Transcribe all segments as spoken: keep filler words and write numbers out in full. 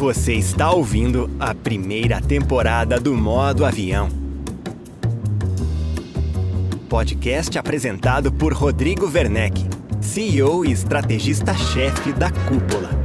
Você está ouvindo a primeira temporada do Modo Avião. Podcast apresentado por Rodrigo Werneck, C E O e estrategista-chefe da Cúpula.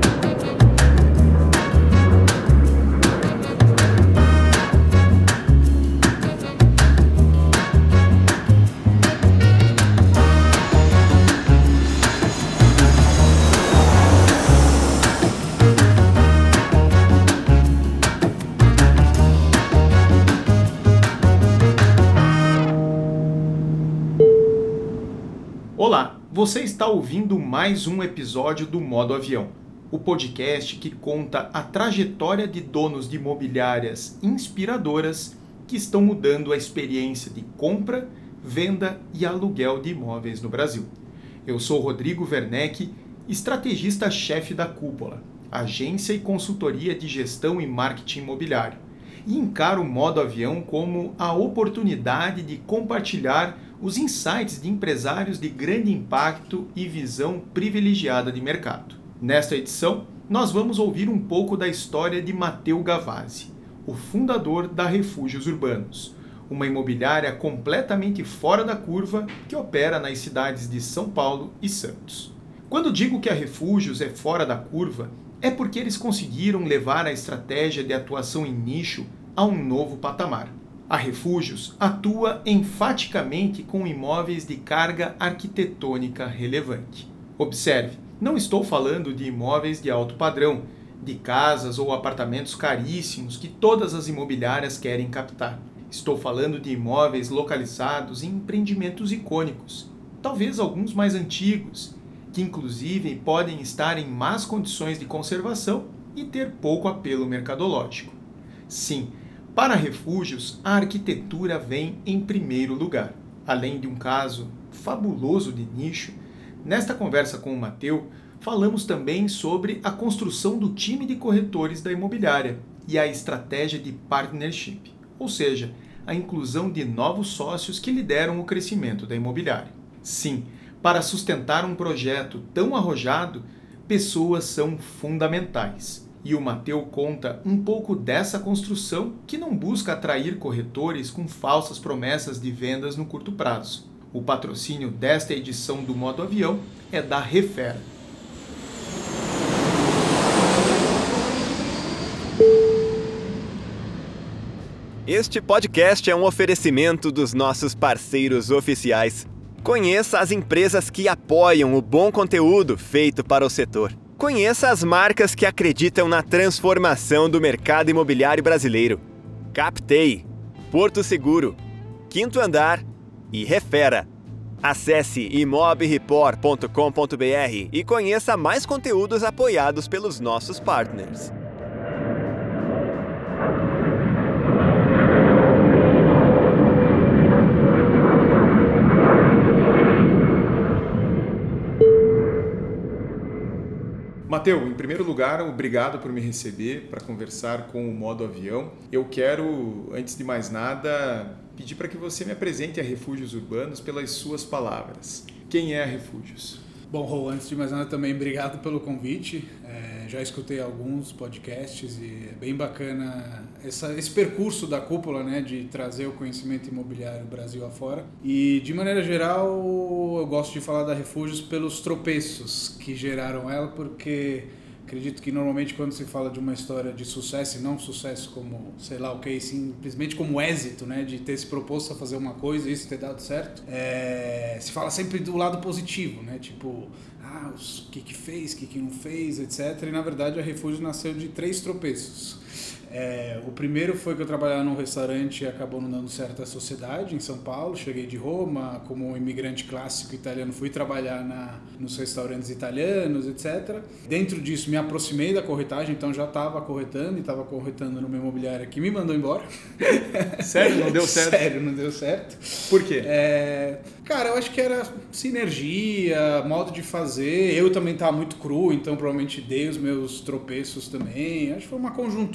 Olá, você está ouvindo mais um episódio do Modo Avião, o podcast que conta a trajetória de donos de imobiliárias inspiradoras que estão mudando a experiência de compra, venda e aluguel de imóveis no Brasil. Eu sou Rodrigo Werneck, estrategista-chefe da Cúpula, agência e consultoria de gestão e marketing imobiliário, e encaro o Modo Avião como a oportunidade de compartilhar os insights de empresários de grande impacto e visão privilegiada de mercado. Nesta edição, nós vamos ouvir um pouco da história de Matteo Gavazzi, o fundador da Refúgios Urbanos, uma imobiliária completamente fora da curva que opera nas cidades de São Paulo e Santos. Quando digo que a Refúgios é fora da curva, é porque eles conseguiram levar a estratégia de atuação em nicho a um novo patamar. A Refúgios atua enfaticamente com imóveis de carga arquitetônica relevante. Observe, não estou falando de imóveis de alto padrão, de casas ou apartamentos caríssimos que todas as imobiliárias querem captar. Estou falando de imóveis localizados em empreendimentos icônicos, talvez alguns mais antigos, que inclusive podem estar em más condições de conservação e ter pouco apelo mercadológico. Sim, para Refúgios, a arquitetura vem em primeiro lugar. Além de um caso fabuloso de nicho, nesta conversa com o Matteo, falamos também sobre a construção do time de corretores da imobiliária e a estratégia de partnership, ou seja, a inclusão de novos sócios que lideram o crescimento da imobiliária. Sim, para sustentar um projeto tão arrojado, pessoas são fundamentais. E o Matteo conta um pouco dessa construção que não busca atrair corretores com falsas promessas de vendas no curto prazo. O patrocínio desta edição do Modo Avião é da Refera. Este podcast é um oferecimento dos nossos parceiros oficiais. Conheça as empresas que apoiam o bom conteúdo feito para o setor. Conheça as marcas que acreditam na transformação do mercado imobiliário brasileiro. Captei, Porto Seguro, Quinto Andar e Refera. Acesse imobreport ponto com ponto br e conheça mais conteúdos apoiados pelos nossos partners. Matteo, em primeiro lugar, obrigado por me receber para conversar com o Modo Avião. Eu quero, antes de mais nada, pedir para que você me apresente a Refúgios Urbanos pelas suas palavras. Quem é a Refúgios? Bom, Rô, antes de mais nada também obrigado pelo convite. É, já escutei alguns podcasts e é bem bacana essa, esse percurso da Cúpula, né, de trazer o conhecimento imobiliário Brasil afora. E, de maneira geral, eu gosto de falar da Refúgios pelos tropeços que geraram ela, porque acredito que normalmente quando se fala de uma história de sucesso, e não sucesso como, sei lá o que, simplesmente como êxito, né, de ter se proposto a fazer uma coisa e isso ter dado certo, é, se fala sempre do lado positivo, né, tipo, ah, o que que fez, o que que não fez, etcétera. E na verdade a Refúgios nasceu de três tropeços. É, o primeiro foi que eu trabalhava num restaurante e acabou não dando certo a sociedade em São Paulo. Cheguei de Roma, como um imigrante clássico italiano, fui trabalhar na, nos restaurantes italianos, etcétera. Dentro disso me aproximei da corretagem, então já estava corretando e estava corretando numa imobiliária que me mandou embora. Sério? Não deu certo? Sério, não deu certo. Por quê? É, cara, eu acho que era sinergia, modo de fazer. Eu também estava muito cru, então provavelmente dei os meus tropeços também. Acho que foi uma conjuntura de coisas.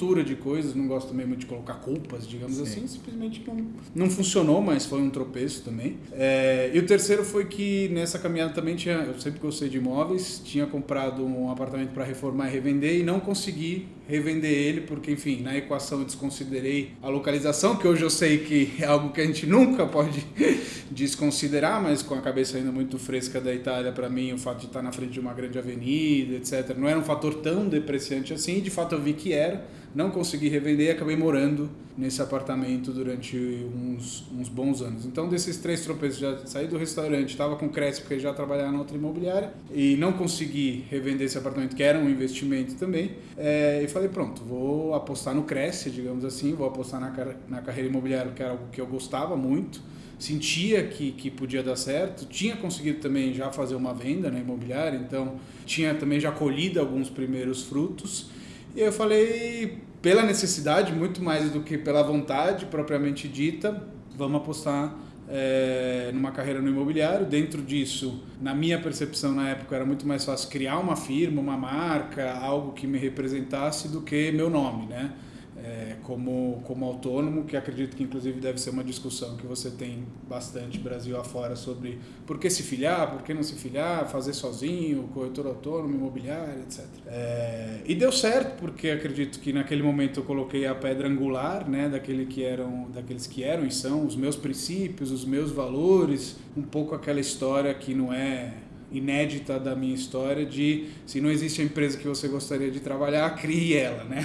coisas, não gosto também muito de colocar culpas, digamos Sim. assim, simplesmente não, não funcionou, mas foi um tropeço também. É, e o terceiro foi que nessa caminhada também tinha, eu sempre gostei de imóveis, tinha comprado um apartamento para reformar e revender e não consegui revender ele, porque, enfim, na equação eu desconsiderei a localização, que hoje eu sei que é algo que a gente nunca pode desconsiderar, mas com a cabeça ainda muito fresca da Itália, para mim, o fato de estar na frente de uma grande avenida, etcétera, não era um fator tão depreciante assim, de fato eu vi que era, não consegui revender e acabei morando nesse apartamento durante uns, uns bons anos. Então, desses três tropeços, já saí do restaurante, estava com crédito porque já trabalhava na outra imobiliária e não consegui revender esse apartamento, que era um investimento também, é, e falei, pronto, vou apostar no Cresce, digamos assim, vou apostar na, car- na carreira imobiliária, que era algo que eu gostava muito, sentia que, que podia dar certo, tinha conseguido também já fazer uma venda na imobiliária, então tinha também já colhido alguns primeiros frutos, e eu falei, pela necessidade, muito mais do que pela vontade propriamente dita, vamos apostar é, numa carreira no imobiliário. Dentro disso, na minha percepção na época, era muito mais fácil criar uma firma, uma marca, algo que me representasse do que meu nome, né? É, como, como autônomo, que acredito que inclusive deve ser uma discussão que você tem bastante Brasil afora sobre por que se filiar, por que não se filiar, fazer sozinho, corretor autônomo, imobiliário, etcétera. É, e deu certo, porque acredito que naquele momento eu coloquei a pedra angular, né, daquele que eram, daqueles que eram e são os meus princípios, os meus valores, um pouco aquela história que não é inédita da minha história de se não existe a empresa que você gostaria de trabalhar, crie ela, né?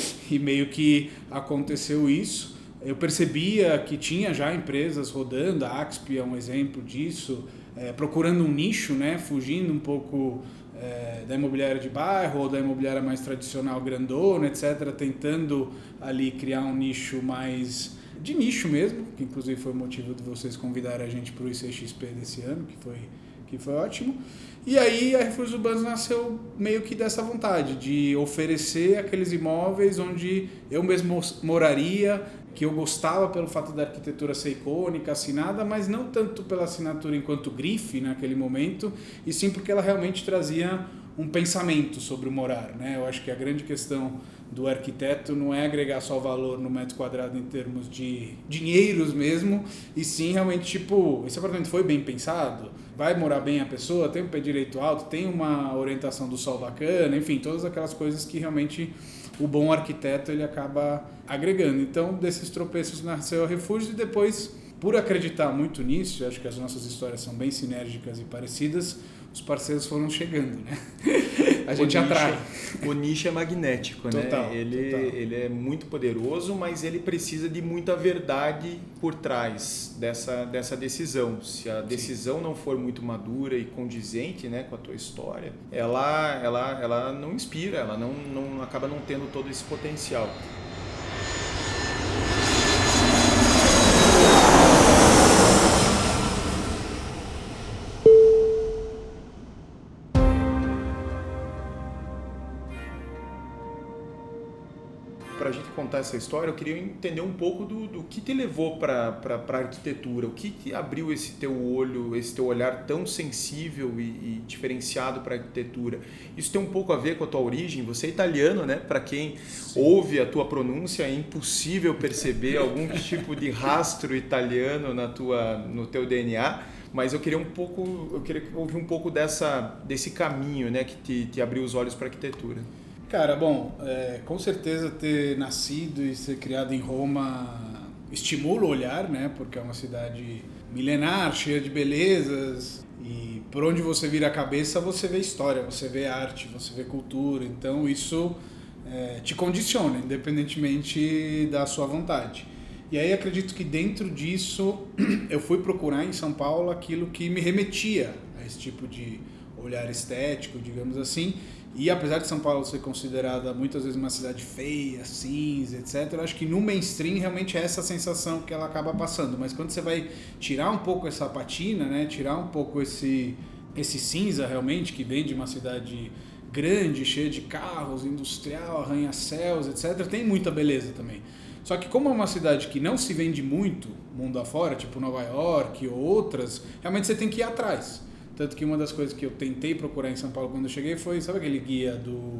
E meio que aconteceu isso. Eu percebia que tinha já empresas rodando, a Axp é um exemplo disso, é, procurando um nicho, né? Fugindo um pouco é, da imobiliária de bairro ou da imobiliária mais tradicional, grandona, etcétera, tentando ali criar um nicho mais de nicho mesmo, que inclusive foi o motivo de vocês convidarem a gente para o I C X P desse ano, que foi que foi ótimo. E aí a Refúgios Urbanos nasceu meio que dessa vontade de oferecer aqueles imóveis onde eu mesmo moraria, que eu gostava pelo fato da arquitetura ser icônica, assinada, mas não tanto pela assinatura enquanto grife naquele momento, e sim porque ela realmente trazia um pensamento sobre o morar, né? Eu acho que a grande questão do arquiteto não é agregar só valor no metro quadrado em termos de dinheiros mesmo, e sim realmente, tipo, esse apartamento foi bem pensado, vai morar bem a pessoa, tem um pé direito alto, tem uma orientação do sol bacana, enfim, todas aquelas coisas que realmente o bom arquiteto ele acaba agregando. Então, desses tropeços nasceu a Refúgios e depois, por acreditar muito nisso, acho que as nossas histórias são bem sinérgicas e parecidas, os parceiros foram chegando, né? A gente o atrai. Nicho, o nicho é magnético, Total, né? Ele, total. ele é muito poderoso, mas ele precisa de muita verdade por trás dessa, dessa decisão. Se a decisão Sim. não for muito madura e condizente, né, com a tua história, ela, ela, ela não inspira, ela não, não acaba não tendo todo esse potencial. Para a gente contar essa história, eu queria entender um pouco do, do que te levou para a arquitetura, o que te abriu esse teu olho, esse teu olhar tão sensível e, e diferenciado para a arquitetura. Isso tem um pouco a ver com a tua origem, você é italiano, né? Para quem Sim. ouve a tua pronúncia, é impossível perceber algum tipo de rastro italiano na tua, no teu D N A, mas eu queria um pouco, eu queria ouvir um pouco dessa, desse caminho, né, que te, te abriu os olhos para a arquitetura. Cara, bom, é, com certeza ter nascido e ser criado em Roma estimula o olhar, né? Porque é uma cidade milenar, cheia de belezas e por onde você vira a cabeça você vê história, você vê arte, você vê cultura. Então isso é, te condiciona, independentemente da sua vontade. E aí acredito que dentro disso eu fui procurar em São Paulo aquilo que me remetia a esse tipo de olhar estético, digamos assim. E apesar de São Paulo ser considerada muitas vezes uma cidade feia, cinza, etcétera, eu acho que no mainstream realmente é essa sensação que ela acaba passando. Mas quando você vai tirar um pouco essa patina, né, tirar um pouco esse, esse cinza realmente que vem de uma cidade grande, cheia de carros, industrial, arranha-céus, etcétera, tem muita beleza também. Só que como é uma cidade que não se vende muito mundo afora, tipo Nova York ou outras, realmente você tem que ir atrás. Tanto que uma das coisas que eu tentei procurar em São Paulo quando eu cheguei foi, sabe aquele guia do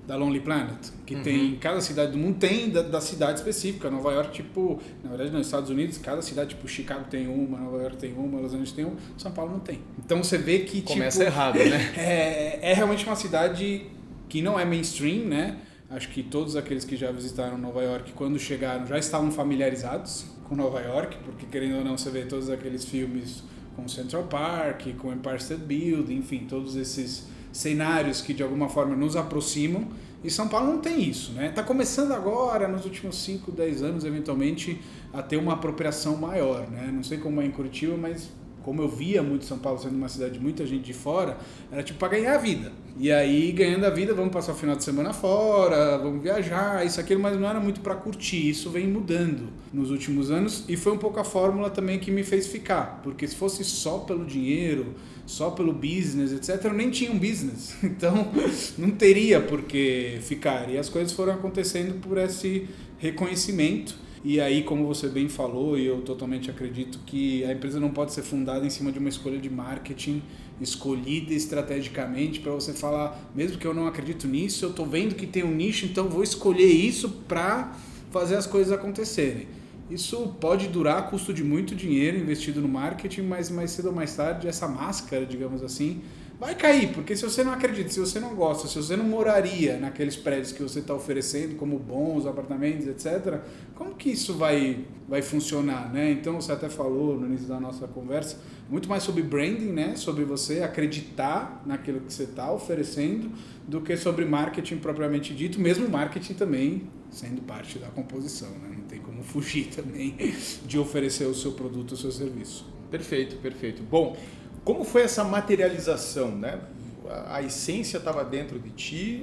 da Lonely Planet, que uhum. tem, cada cidade do mundo tem da, da cidade específica. Nova York, tipo, na verdade nos Estados Unidos, cada cidade, tipo, Chicago tem uma, Nova York tem uma, Los Angeles tem uma, São Paulo não tem. Então você vê que, começa tipo, errado, né? É, é realmente uma cidade que não é mainstream, né? Acho que todos aqueles que já visitaram Nova York, quando chegaram, já estavam familiarizados com Nova York, porque querendo ou não, você vê todos aqueles filmes como Central Park, com Empire State Building, enfim, todos esses cenários que de alguma forma nos aproximam. E São Paulo não tem isso, né? Tá começando agora, nos últimos cinco, dez anos, eventualmente, a ter uma apropriação maior, né? Não sei como é em Curitiba, mas como eu via muito São Paulo sendo uma cidade de muita gente de fora, era tipo para ganhar a vida. E aí, ganhando a vida, vamos passar o final de semana fora, vamos viajar, isso, aquilo, mas não era muito para curtir. Isso vem mudando nos últimos anos e foi um pouco a fórmula também que me fez ficar. Porque se fosse só pelo dinheiro, só pelo business, etcétera, eu nem tinha um business. Então, não teria por que ficar. E as coisas foram acontecendo por esse reconhecimento. E aí, como você bem falou, e eu totalmente acredito que a empresa não pode ser fundada em cima de uma escolha de marketing escolhida estrategicamente para você falar, mesmo que eu não acredito nisso, eu estou vendo que tem um nicho, então vou escolher isso para fazer as coisas acontecerem. Isso pode durar a custo de muito dinheiro investido no marketing, mas mais cedo ou mais tarde essa máscara, digamos assim, vai cair, porque se você não acredita, se você não gosta, se você não moraria naqueles prédios que você está oferecendo como bons apartamentos, etcétera, como que isso vai, vai funcionar, né? Então você até falou no início da nossa conversa, muito mais sobre branding, né? Sobre você acreditar naquilo que você está oferecendo do que sobre marketing propriamente dito, mesmo marketing também sendo parte da composição, né? Não tem como fugir também de oferecer o seu produto, o seu serviço. Perfeito, perfeito. Bom, como foi essa materialização, né? A essência estava dentro de ti,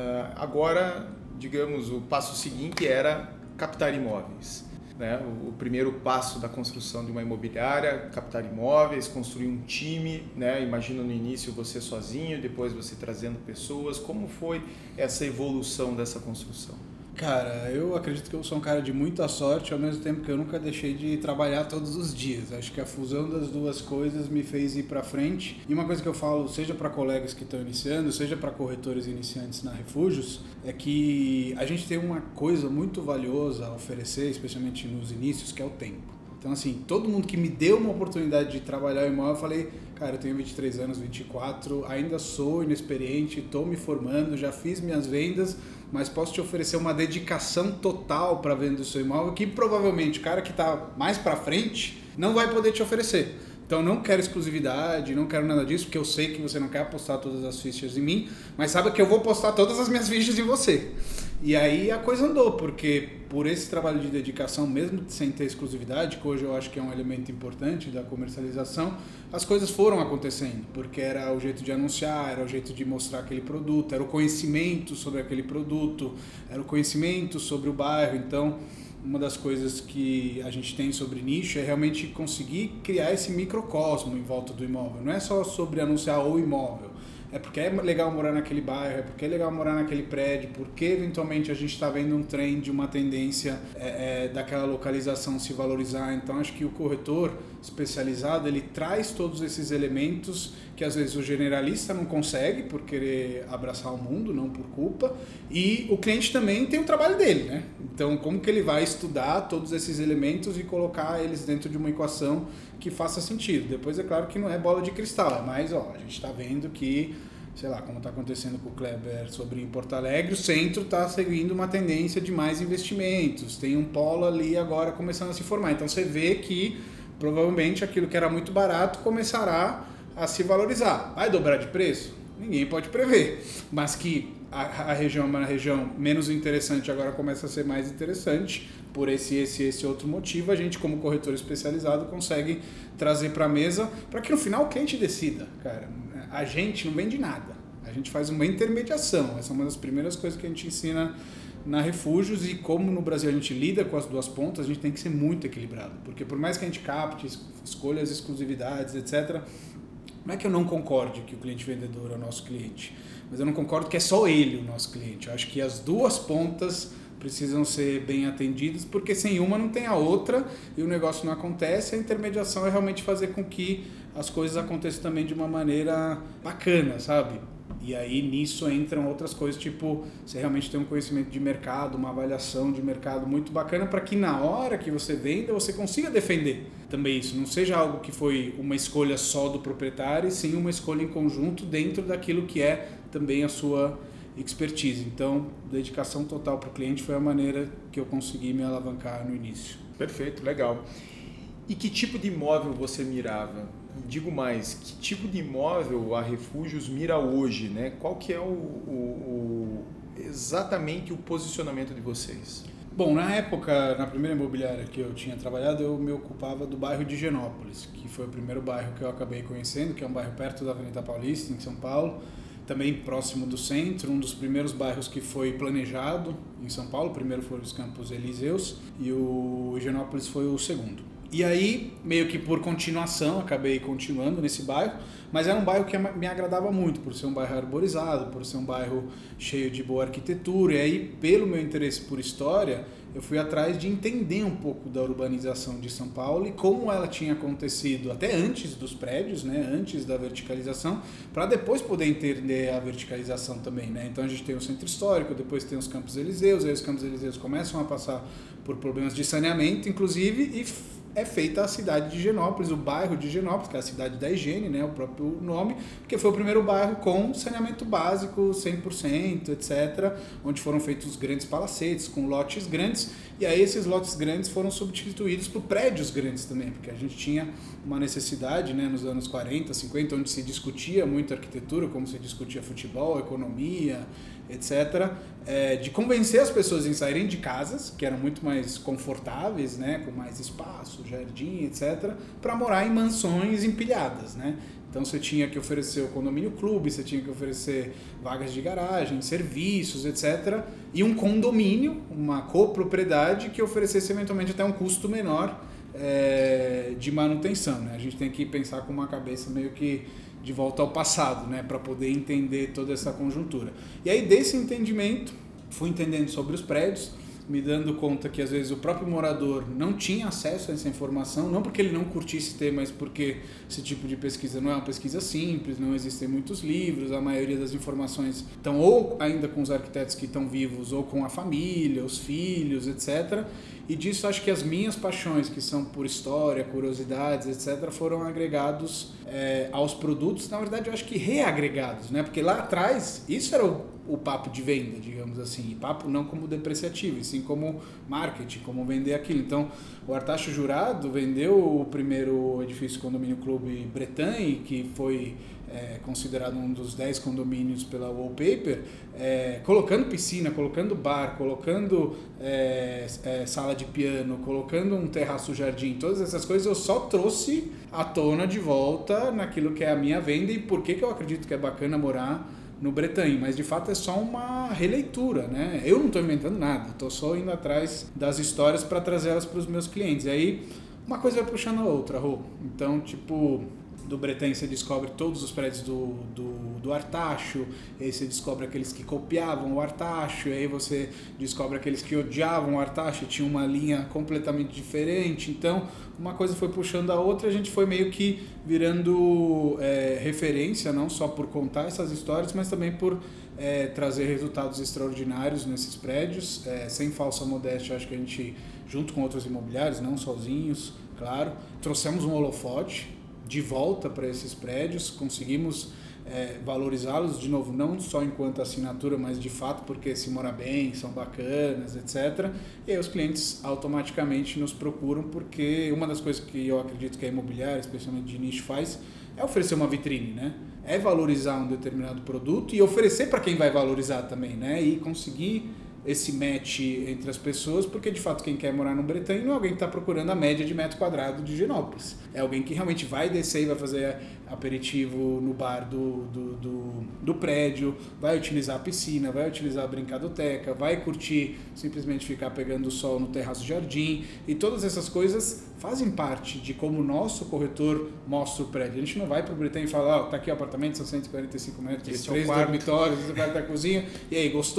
agora, digamos, o passo seguinte era captar imóveis, né? O primeiro passo da construção de uma imobiliária, captar imóveis, construir um time, né? Imagina no início você sozinho, depois você trazendo pessoas. Como foi essa evolução dessa construção? Cara, eu acredito que eu sou um cara de muita sorte, ao mesmo tempo que eu nunca deixei de trabalhar todos os dias. Acho que a fusão das duas coisas me fez ir para frente. E uma coisa que eu falo, seja para colegas que estão iniciando, seja para corretores iniciantes na Refúgios, é que a gente tem uma coisa muito valiosa a oferecer, especialmente nos inícios, que é o tempo. Então, assim, todo mundo que me deu uma oportunidade de trabalhar em imóvel, eu falei, cara, eu tenho vinte e três anos, vinte e quatro, ainda sou inexperiente, estou me formando, já fiz minhas vendas, mas posso te oferecer uma dedicação total para vender o seu imóvel que provavelmente o cara que está mais para frente não vai poder te oferecer. Então, não quero exclusividade, não quero nada disso, porque eu sei que você não quer apostar todas as fichas em mim, mas sabe que eu vou postar todas as minhas fichas em você. E aí a coisa andou, porque por esse trabalho de dedicação, mesmo sem ter exclusividade, que hoje eu acho que é um elemento importante da comercialização, as coisas foram acontecendo, porque era o jeito de anunciar, era o jeito de mostrar aquele produto, era o conhecimento sobre aquele produto, era o conhecimento sobre o bairro. Então, uma das coisas que a gente tem sobre nicho é realmente conseguir criar esse microcosmo em volta do imóvel. Não é só sobre anunciar o imóvel. É porque é legal morar naquele bairro, é porque é legal morar naquele prédio, porque eventualmente a gente está vendo um trend, uma tendência é, é, daquela localização se valorizar. Então acho que o corretor especializado, ele traz todos esses elementos que às vezes o generalista não consegue por querer abraçar o mundo, não por culpa, e o cliente também tem o trabalho dele, né? Então como que ele vai estudar todos esses elementos e colocar eles dentro de uma equação que faça sentido? Depois é claro que não é bola de cristal, mas ó, a gente está vendo que, sei lá, como está acontecendo com o Kleber sobre em Porto Alegre, o centro está seguindo uma tendência de mais investimentos, tem um polo ali agora começando a se formar, então você vê que provavelmente aquilo que era muito barato começará a se valorizar. Vai dobrar de preço? Ninguém pode prever, mas que a, a região é uma região menos interessante agora começa a ser mais interessante, por esse esse esse outro motivo, a gente como corretor especializado consegue trazer para a mesa para que no final o cliente decida, cara. A gente não vende nada, a gente faz uma intermediação, essa é uma das primeiras coisas que a gente ensina na Refúgios, e como no Brasil a gente lida com as duas pontas, a gente tem que ser muito equilibrado, porque por mais que a gente capte, escolha as exclusividades, etcétera, não é que eu não concorde que o cliente vendedor é o nosso cliente, mas eu não concordo que é só ele o nosso cliente. Eu acho que as duas pontas precisam ser bem atendidas, porque sem uma não tem a outra e o negócio não acontece. A intermediação é realmente fazer com que as coisas aconteçam também de uma maneira bacana, sabe? E aí nisso entram outras coisas, tipo, você realmente tem um conhecimento de mercado, uma avaliação de mercado muito bacana para que na hora que você venda, você consiga defender também isso. Não seja algo que foi uma escolha só do proprietário, e sim uma escolha em conjunto dentro daquilo que é também a sua expertise. Então, dedicação total para o cliente foi a maneira que eu consegui me alavancar no início. Perfeito, legal. E que tipo de imóvel você mirava? Digo mais, que tipo de imóvel a Refúgios mira hoje, né? Qual que é o, o, o exatamente o posicionamento de vocês? Bom, na época, na primeira imobiliária que eu tinha trabalhado, eu me ocupava do bairro de Higienópolis, que foi o primeiro bairro que eu acabei conhecendo, que é um bairro perto da Avenida Paulista, em São Paulo, também próximo do centro, um dos primeiros bairros que foi planejado em São Paulo. O primeiro foram os Campos Elíseos e o Higienópolis foi o segundo. E aí, meio que por continuação, acabei continuando nesse bairro, mas era um bairro que me agradava muito, por ser um bairro arborizado, por ser um bairro cheio de boa arquitetura. E aí, pelo meu interesse por história, eu fui atrás de entender um pouco da urbanização de São Paulo e como ela tinha acontecido até antes dos prédios, né, antes da verticalização, para depois poder entender a verticalização também, né? Então a gente tem o centro histórico, depois tem os Campos Elíseos, aí os Campos Elíseos começam a passar por problemas de saneamento, inclusive, e é feita a cidade de Higienópolis, o bairro de Higienópolis, que é a cidade da higiene, né, o próprio nome, porque foi o primeiro bairro com saneamento básico, cem por cento, etcétera, onde foram feitos grandes palacetes, com lotes grandes, e aí esses lotes grandes foram substituídos por prédios grandes também, porque a gente tinha uma necessidade, né, nos anos quarenta, cinquenta, onde se discutia muito arquitetura, como se discutia futebol, economia, etcétera, é, de convencer as pessoas em saírem de casas, que eram muito mais confortáveis, né, com mais espaço, jardim, etcétera, para morar em mansões empilhadas, né? Então você tinha que oferecer o condomínio clube, você tinha que oferecer vagas de garagem, serviços, etcétera. E um condomínio, uma copropriedade que oferecesse eventualmente até um custo menor é, de manutenção, né? A gente tem que pensar com uma cabeça meio que de volta ao passado, né, para poder entender toda essa conjuntura. E aí, desse entendimento, fui entendendo sobre os prédios, me dando conta que às vezes o próprio morador não tinha acesso a essa informação, não porque ele não curtisse ter, mas porque esse tipo de pesquisa não é uma pesquisa simples, não existem muitos livros, a maioria das informações estão ou ainda com os arquitetos que estão vivos, ou com a família, os filhos, etcétera. E disso acho que as minhas paixões, que são por história, curiosidades, etcétera, foram agregados é, aos produtos. Na verdade, eu acho que reagregados, né? Porque lá atrás, isso era o, o papo de venda, digamos assim. E papo não como depreciativo, e sim como marketing, como vender aquilo. Então, o Artacho Jurado vendeu o primeiro edifício Condomínio Clube Bretagne, que foi é, considerado um dos dez condomínios pela Wallpaper, é, colocando piscina, colocando bar, colocando é, é, sala de piano, colocando um terraço-jardim, todas essas coisas eu só trouxe à tona de volta naquilo que é a minha venda e por que que eu acredito que é bacana morar no Bretagne, mas de fato é só uma releitura, né? Eu não estou inventando nada, estou só indo atrás das histórias para trazê-las para os meus clientes. E aí uma coisa vai puxando a outra, Rô. Então, tipo, do Bretagne você descobre todos os prédios do, do, do Artacho, aí você descobre aqueles que copiavam o Artacho, aí você descobre aqueles que odiavam o Artacho e tinha uma linha completamente diferente. Então, uma coisa foi puxando a outra, a gente foi meio que virando é, referência, não só por contar essas histórias, mas também por é, trazer resultados extraordinários nesses prédios, é, sem falsa modéstia. Acho que a gente, junto com outros imobiliários, não sozinhos, claro, trouxemos um holofote de volta para esses prédios, conseguimos é, valorizá-los de novo, não só enquanto assinatura, mas de fato porque se mora bem, são bacanas, etcétera. E aí os clientes automaticamente nos procuram, porque uma das coisas que eu acredito que a imobiliária, especialmente de nicho, faz é oferecer uma vitrine, né? É valorizar um determinado produto e oferecer para quem vai valorizar também, né? E conseguir esse match entre as pessoas, porque de fato quem quer morar no Bretagne não é alguém que está procurando a média de metro quadrado de Higienópolis. É alguém que realmente vai descer e vai fazer aperitivo no bar do, do, do, do prédio, vai utilizar a piscina, vai utilizar a brincadoteca, vai curtir simplesmente ficar pegando o sol no terraço jardim, e todas essas coisas fazem parte de como o nosso corretor mostra o prédio. A gente não vai para o Bretagne e fala, ó, oh, tá aqui o apartamento, são cento e quarenta e cinco metros, esse três é o quarto. dormitórios, esse é o quarto da cozinha, e aí, gostou?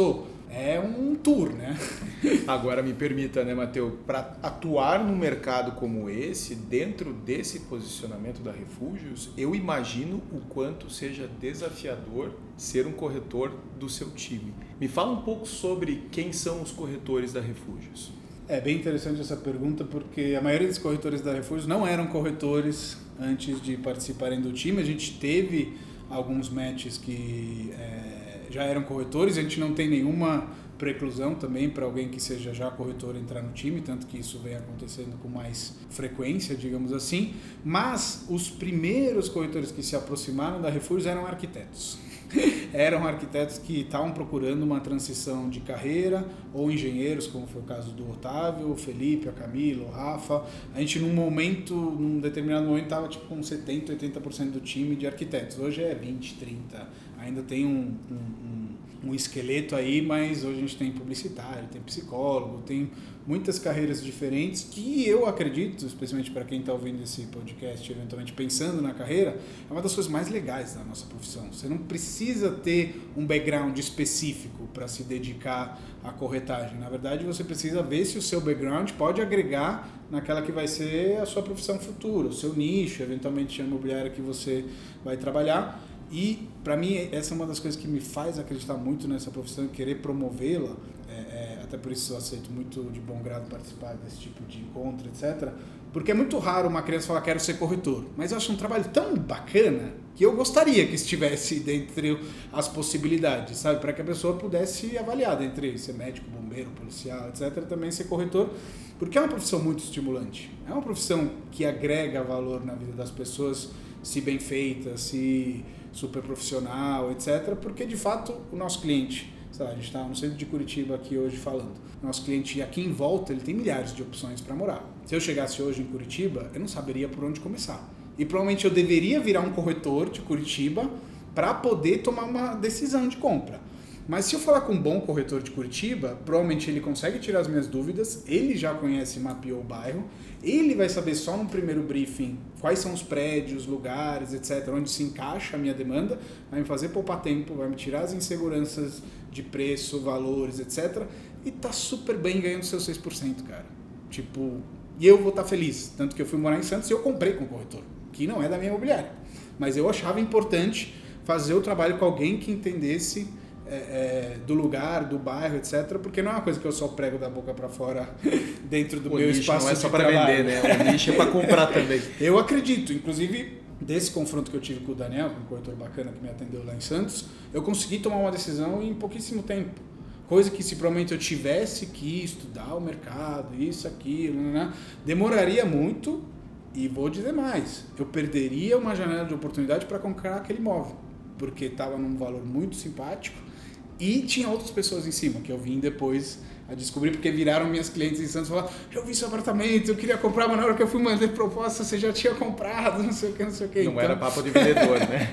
é um tour, né? Agora me permita, né, Matheus, para atuar num mercado como esse, dentro desse posicionamento da Refúgios, eu imagino o quanto seja desafiador ser um corretor do seu time. Me fala um pouco sobre quem são os corretores da Refúgios. É bem interessante essa pergunta, porque a maioria dos corretores da Refúgios não eram corretores antes de participarem do time. A gente teve alguns matches que é, já eram corretores, a gente não tem nenhuma preclusão também para alguém que seja já corretor entrar no time, tanto que isso vem acontecendo com mais frequência, digamos assim. Mas os primeiros corretores que se aproximaram da Refúgios eram arquitetos. Eram arquitetos que estavam procurando uma transição de carreira, ou engenheiros, como foi o caso do Otávio, o Felipe, a Camila, o Rafa. A gente, num momento, num determinado momento, estava tipo, com setenta, oitenta por cento do time de arquitetos. Hoje é vinte, trinta. Ainda tem um, um, um esqueleto aí, mas hoje a gente tem publicitário, tem psicólogo, tem muitas carreiras diferentes que eu acredito, especialmente para quem está ouvindo esse podcast, eventualmente pensando na carreira, é uma das coisas mais legais da nossa profissão. Você não precisa ter um background específico para se dedicar à corretagem. Na verdade, você precisa ver se o seu background pode agregar naquela que vai ser a sua profissão futura, o seu nicho, eventualmente a imobiliária que você vai trabalhar. E, para mim, essa é uma das coisas que me faz acreditar muito nessa profissão e querer promovê-la. É, é, até por isso eu aceito muito de bom grado participar desse tipo de encontro, etcétera. Porque é muito raro uma criança falar, quero ser corretor. Mas eu acho um trabalho tão bacana que eu gostaria que estivesse dentre as possibilidades, sabe? Para que a pessoa pudesse avaliar dentre ser médico, bombeiro, policial, etcétera. Também ser corretor, porque é uma profissão muito estimulante. É uma profissão que agrega valor na vida das pessoas, se bem feita, se super profissional, etcétera. Porque, de fato, o nosso cliente... Sei lá, a gente está no centro de Curitiba aqui hoje falando. Nosso cliente aqui em volta, ele tem milhares de opções para morar. Se eu chegasse hoje em Curitiba, eu não saberia por onde começar. E provavelmente eu deveria virar um corretor de Curitiba para poder tomar uma decisão de compra. Mas se eu falar com um bom corretor de Curitiba, provavelmente ele consegue tirar as minhas dúvidas, ele já conhece e mapeou o bairro, ele vai saber só no primeiro briefing quais são os prédios, lugares, etcétera, onde se encaixa a minha demanda, vai me fazer poupar tempo, vai me tirar as inseguranças de preço, valores, etcétera. E tá super bem ganhando seus seis por cento, cara. Tipo, e eu vou estar feliz. Tanto que eu fui morar em Santos e eu comprei com o corretor, que não é da minha imobiliária. Mas eu achava importante fazer o trabalho com alguém que entendesse é, é, do lugar, do bairro, etcétera. Porque não é uma coisa que eu só prego da boca para fora dentro do o meu nicho espaço não é de só para trabalho. vender, né? O nicho é para comprar também. Eu acredito, inclusive... Desse confronto que eu tive com o Daniel, um corretor bacana que me atendeu lá em Santos, eu consegui tomar uma decisão em pouquíssimo tempo. Coisa que se provavelmente eu tivesse que estudar o mercado, isso, aquilo, né, demoraria muito e vou dizer mais, eu perderia uma janela de oportunidade para comprar aquele imóvel, porque estava num valor muito simpático e tinha outras pessoas em cima, que eu vim depois a descobrir, porque viraram minhas clientes em Santos e falaram, eu vi seu apartamento, eu queria comprar, mas na hora que eu fui mandar proposta, você já tinha comprado, não sei o que, não sei o que. Não então... era papo de vendedor, né?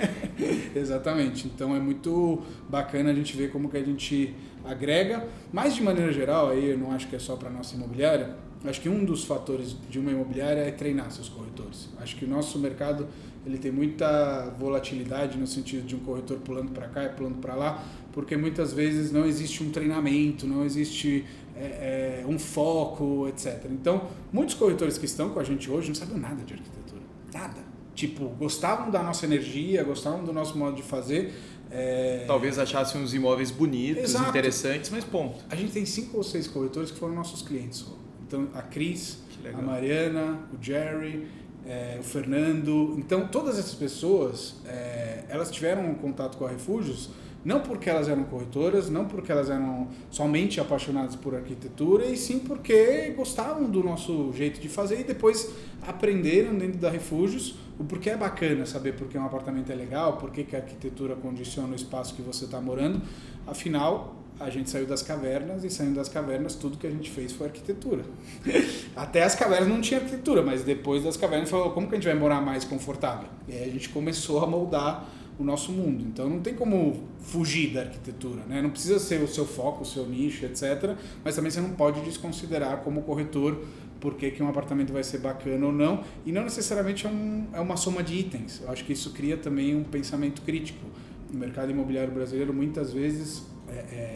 Exatamente. Então é muito bacana a gente ver como que a gente agrega, mas de maneira geral, aí eu não acho que é só para a nossa imobiliária, acho que um dos fatores de uma imobiliária é treinar seus corretores. Acho que o nosso mercado ele tem muita volatilidade no sentido de um corretor pulando para cá e pulando para lá, porque muitas vezes não existe um treinamento, não existe é, é, um foco, etcétera. Então, muitos corretores que estão com a gente hoje não sabem nada de arquitetura, nada. Tipo, gostavam da nossa energia, gostavam do nosso modo de fazer. É... Talvez achassem uns imóveis bonitos, Exato. Interessantes, mas ponto. A gente tem cinco ou seis corretores que foram nossos clientes. Então, a Cris, a Mariana, o Jerry, é, o Fernando. Então, todas essas pessoas, é, elas tiveram um contato com a Refúgios, não porque elas eram corretoras, não porque elas eram somente apaixonadas por arquitetura, e sim porque gostavam do nosso jeito de fazer e depois aprenderam dentro da Refúgios o porquê é bacana saber porque um apartamento é legal, porque que a arquitetura condiciona o espaço que você está morando. Afinal, a gente saiu das cavernas e saindo das cavernas tudo que a gente fez foi arquitetura. Até as cavernas não tinha arquitetura, mas depois das cavernas falou como que a gente vai morar mais confortável? E aí a gente começou a moldar o nosso mundo. Então não tem como fugir da arquitetura, né? Não precisa ser o seu foco, o seu nicho, etcétera. Mas também você não pode desconsiderar como corretor por que um apartamento vai ser bacana ou não. E não necessariamente é, um, é uma soma de itens. Eu acho que isso cria também um pensamento crítico. No mercado imobiliário brasileiro, muitas vezes, é, é,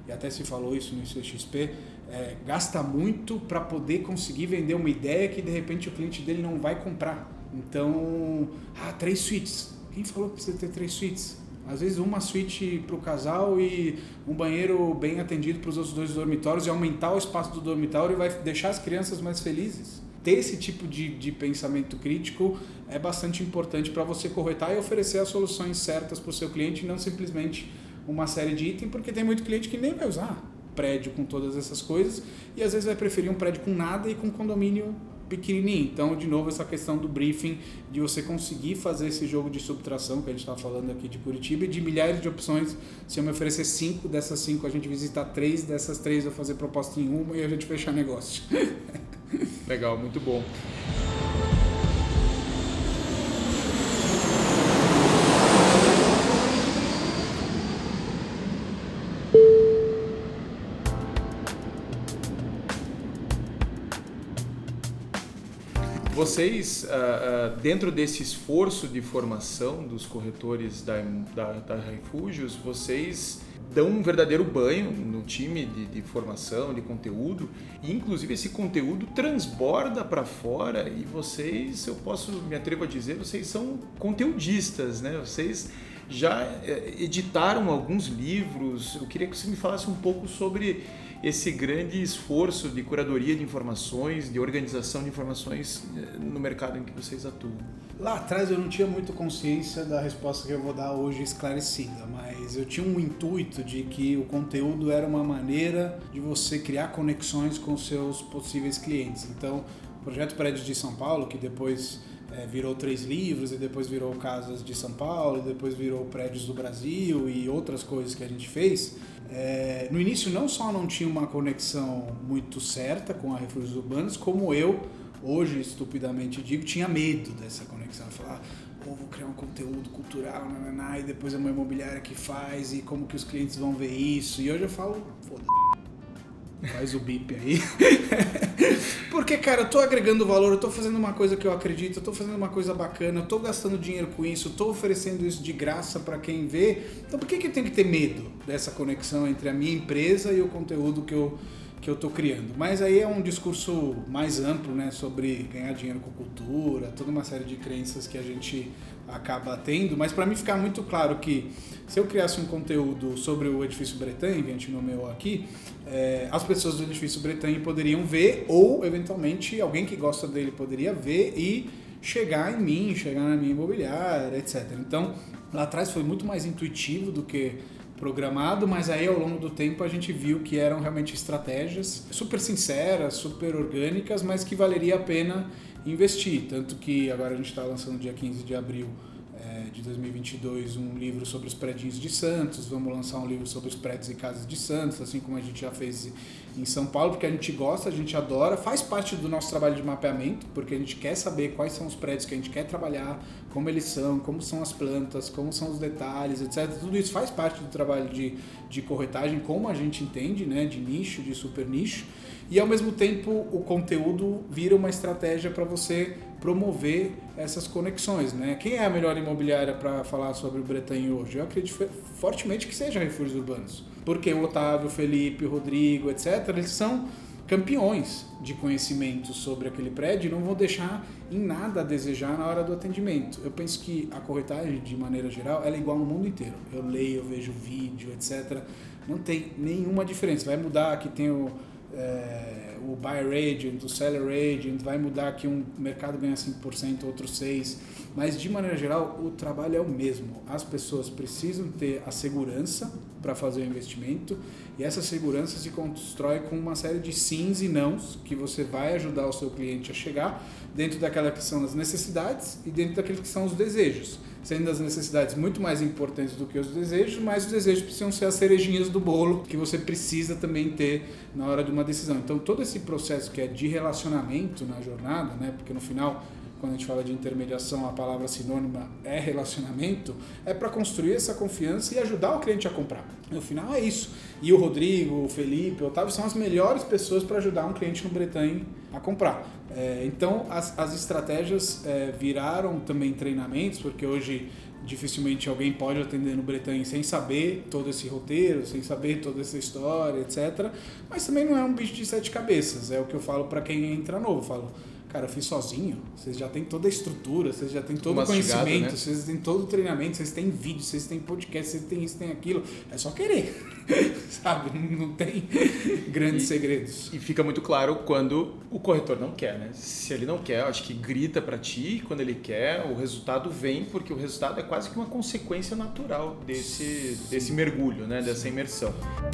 e até se falou isso no C X P, é, gasta muito para poder conseguir vender uma ideia que de repente o cliente dele não vai comprar. Então, ah, três suítes. Quem falou que precisa ter três suítes? Às vezes uma suíte para o casal e um banheiro bem atendido para os outros dois dormitórios e aumentar o espaço do dormitório vai deixar as crianças mais felizes. Ter esse tipo de, de pensamento crítico é bastante importante para você corretar e oferecer as soluções certas para o seu cliente e não simplesmente uma série de itens, porque tem muito cliente que nem vai usar prédio com todas essas coisas e às vezes vai preferir um prédio com nada e com condomínio pequenininho. Então, de novo, essa questão do briefing, de você conseguir fazer esse jogo de subtração que a gente está falando aqui de Curitiba e de milhares de opções. Se eu me oferecer cinco, dessas cinco a gente visitar três, dessas três eu fazer proposta em uma e a gente fechar negócio. Legal, muito bom. Vocês, uh, uh, dentro desse esforço de formação dos corretores da, da, da Refúgios, vocês dão um verdadeiro banho no time de, de formação, de conteúdo, e inclusive esse conteúdo transborda para fora e vocês, eu posso, me atrevo a dizer, vocês são conteudistas, né? Vocês já editaram alguns livros. Eu queria que você me falasse um pouco sobre esse grande esforço de curadoria de informações, de organização de informações no mercado em que vocês atuam. Lá atrás eu não tinha muito consciência da resposta que eu vou dar hoje esclarecida, mas eu tinha um intuito de que o conteúdo era uma maneira de você criar conexões com seus possíveis clientes. Então, o Projeto Prédios de São Paulo, que depois é, virou três livros, e depois virou Casas de São Paulo, e depois virou Prédios do Brasil e outras coisas que a gente fez, é, no início não só não tinha uma conexão muito certa com a Refúgios Urbanos, como eu, hoje estupidamente digo, tinha medo dessa conexão. Falar, oh, vou criar um conteúdo cultural, nananá, e depois é uma imobiliária que faz, e como que os clientes vão ver isso. E hoje eu falo, foda-se, faz o bip aí. Porque, cara, eu tô agregando valor, eu tô fazendo uma coisa que eu acredito, eu tô fazendo uma coisa bacana, eu tô gastando dinheiro com isso, eu tô oferecendo isso de graça para quem vê. Então por que que eu tenho que ter medo dessa conexão entre a minha empresa e o conteúdo que eu que eu estou criando? Mas aí é um discurso mais amplo, né, sobre ganhar dinheiro com cultura, toda uma série de crenças que a gente acaba tendo, mas para mim ficar muito claro que se eu criasse um conteúdo sobre o Edifício Bretagne, que a gente nomeou aqui, é, as pessoas do Edifício Bretagne poderiam ver, ou eventualmente alguém que gosta dele poderia ver e chegar em mim, chegar na minha imobiliária, etcétera. Então, lá atrás foi muito mais intuitivo do que programado, mas aí ao longo do tempo a gente viu que eram realmente estratégias super sinceras, super orgânicas, mas que valeria a pena investir. Tanto que agora a gente está lançando dia quinze de abril é, de dois mil e vinte e dois um livro sobre os prédios de Santos, vamos lançar um livro sobre os prédios e casas de Santos, assim como a gente já fez em São Paulo, porque a gente gosta, a gente adora, faz parte do nosso trabalho de mapeamento, porque a gente quer saber quais são os prédios que a gente quer trabalhar, como eles são, como são as plantas, como são os detalhes, etcétera. Tudo isso faz parte do trabalho de, de corretagem, como a gente entende, né, de nicho, de super nicho, e ao mesmo tempo o conteúdo vira uma estratégia para você promover essas conexões, né? Quem é a melhor imobiliária para falar sobre o Bretagne hoje? Eu acredito fortemente que seja Refúgios Urbanos, porque o Otávio, o Felipe, o Rodrigo, etcétera, eles são campeões de conhecimento sobre aquele prédio e não vão deixar em nada a desejar na hora do atendimento. Eu penso que a corretagem, de maneira geral, ela é igual no mundo inteiro. Eu leio, eu vejo vídeo, etcétera. Não tem nenhuma diferença. Vai mudar que tem o É, o buyer agent, o seller agent, vai mudar que um mercado ganha cinco por cento, outro seis por cento, mas de maneira geral o trabalho é o mesmo. As pessoas precisam ter a segurança para fazer o investimento e essa segurança se constrói com uma série de sims e nãos que você vai ajudar o seu cliente a chegar dentro daquela que são as necessidades e dentro daqueles que são os desejos, sendo as necessidades muito mais importantes do que os desejos, mas os desejos precisam ser as cerejinhas do bolo que você precisa também ter na hora de uma decisão. Então todo esse processo que é de relacionamento na jornada, né, porque no final quando a gente fala de intermediação, a palavra sinônima é relacionamento, é para construir essa confiança e ajudar o cliente a comprar. No final é isso. E o Rodrigo, o Felipe, o Otávio são as melhores pessoas para ajudar um cliente no Bretagne a comprar. É, então, as, as estratégias é, viraram também treinamentos, porque hoje dificilmente alguém pode atender no Bretagne sem saber todo esse roteiro, sem saber toda essa história, etcétera. Mas também não é um bicho de sete cabeças, é o que eu falo para quem entra novo. Eu falo, cara, eu fiz sozinho, vocês já têm toda a estrutura, vocês já têm todo o conhecimento, né? Vocês têm todo o treinamento, vocês têm vídeo, vocês têm podcast, vocês têm isso, têm aquilo. É só querer, sabe? Não tem grandes e, segredos. E fica muito claro quando o corretor não quer, né? Se ele não quer, eu acho que grita para ti, quando ele quer, o resultado vem, porque o resultado é quase que uma consequência natural desse, desse mergulho, né? Dessa imersão.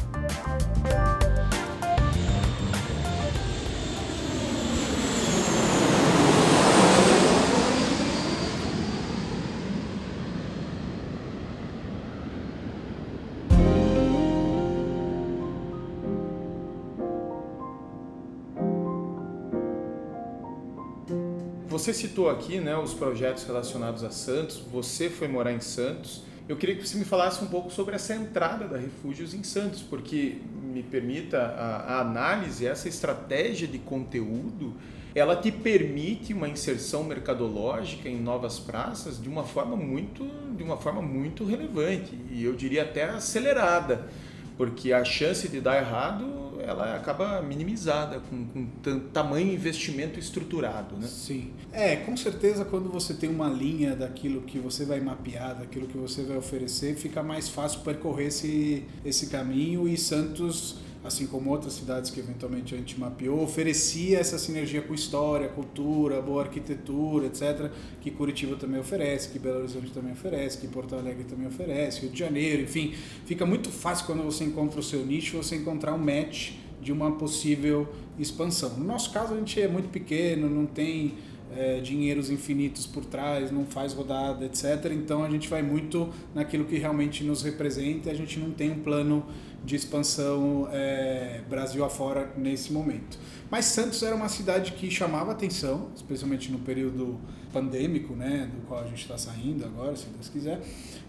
Você citou aqui, né, os projetos relacionados a Santos, você foi morar em Santos. Eu queria que você me falasse um pouco sobre essa entrada da Refúgios em Santos, porque, me permita a, a análise, essa estratégia de conteúdo, ela te permite uma inserção mercadológica em novas praças de uma forma muito, de uma forma muito relevante, e eu diria até acelerada, porque a chance de dar errado ela acaba minimizada com, com t- tamanho investimento estruturado, né? Sim. É, com certeza quando você tem uma linha daquilo que você vai mapear, daquilo que você vai oferecer, fica mais fácil percorrer esse, esse caminho, e Santos, assim como outras cidades que eventualmente a gente mapeou, oferecia essa sinergia com história, cultura, boa arquitetura, etcétera, que Curitiba também oferece, que Belo Horizonte também oferece, que Porto Alegre também oferece, Rio de Janeiro, enfim. Fica muito fácil quando você encontra o seu nicho, você encontrar um match de uma possível expansão. No nosso caso, a gente é muito pequeno, não tem é, dinheiros infinitos por trás, não faz rodada, etcétera. Então, a gente vai muito naquilo que realmente nos representa, e a gente não tem um plano de expansão é, Brasil afora nesse momento. Mas Santos era uma cidade que chamava atenção, especialmente no período pandêmico, né, do qual a gente está saindo agora, se Deus quiser,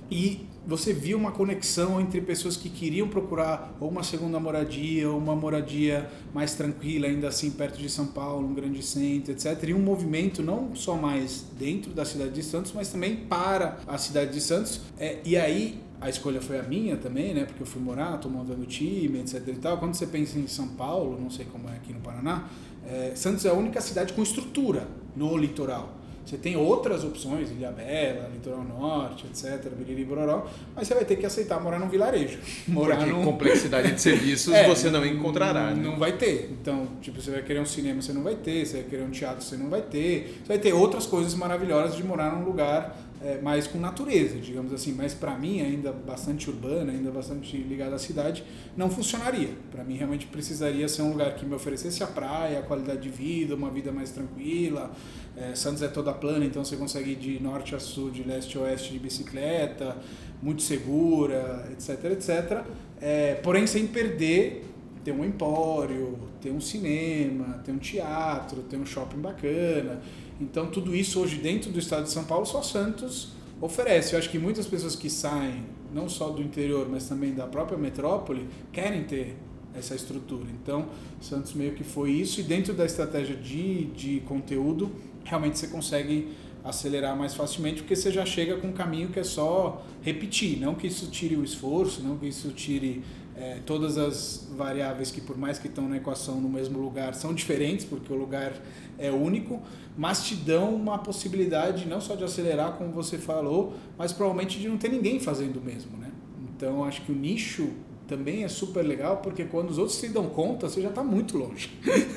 e você via uma conexão entre pessoas que queriam procurar ou uma segunda moradia, ou uma moradia mais tranquila, ainda assim perto de São Paulo, um grande centro, etcétera. E um movimento não só mais dentro da cidade de Santos, mas também para a cidade de Santos. É, e aí a escolha foi a minha também, né? Porque eu fui morar, estou montando time, etcétera e tal. Quando você pensa em São Paulo, não sei como é aqui no Paraná, é, Santos é a única cidade com estrutura no litoral. Você tem outras opções, Ilhabela, Litoral Norte, etcétera, Biriri, Bororó, mas você vai ter que aceitar morar num vilarejo. Morar Porque num... complexidade de serviços é, você não encontrará, né? Não vai ter. Então, tipo, você vai querer um cinema, você não vai ter. Você vai querer um teatro, você não vai ter. Você vai ter outras coisas maravilhosas de morar num lugar é, mais com natureza, digamos assim. Mas para mim, ainda bastante urbana, ainda bastante ligada à cidade, não funcionaria. Para mim, realmente precisaria ser um lugar que me oferecesse a praia, a qualidade de vida, uma vida mais tranquila. É, Santos é toda plana, então você consegue ir de norte a sul, de leste a oeste de bicicleta, muito segura, etcétera, etcétera. É, porém, sem perder, ter um empório, ter um cinema, ter um teatro, ter um shopping bacana. Então, tudo isso hoje dentro do estado de São Paulo, só Santos oferece. Eu acho que muitas pessoas que saem, não só do interior, mas também da própria metrópole, querem ter essa estrutura. Então, Santos meio que foi isso, e dentro da estratégia de, de conteúdo, realmente você consegue acelerar mais facilmente, porque você já chega com um caminho que é só repetir, não que isso tire o esforço, não que isso tire é, todas as variáveis que, por mais que estão na equação no mesmo lugar, são diferentes, porque o lugar é único, mas te dão uma possibilidade não só de acelerar, como você falou, mas provavelmente de não ter ninguém fazendo o mesmo, né? Então, acho que o nicho também é super legal, porque quando os outros se dão conta, você já está muito longe.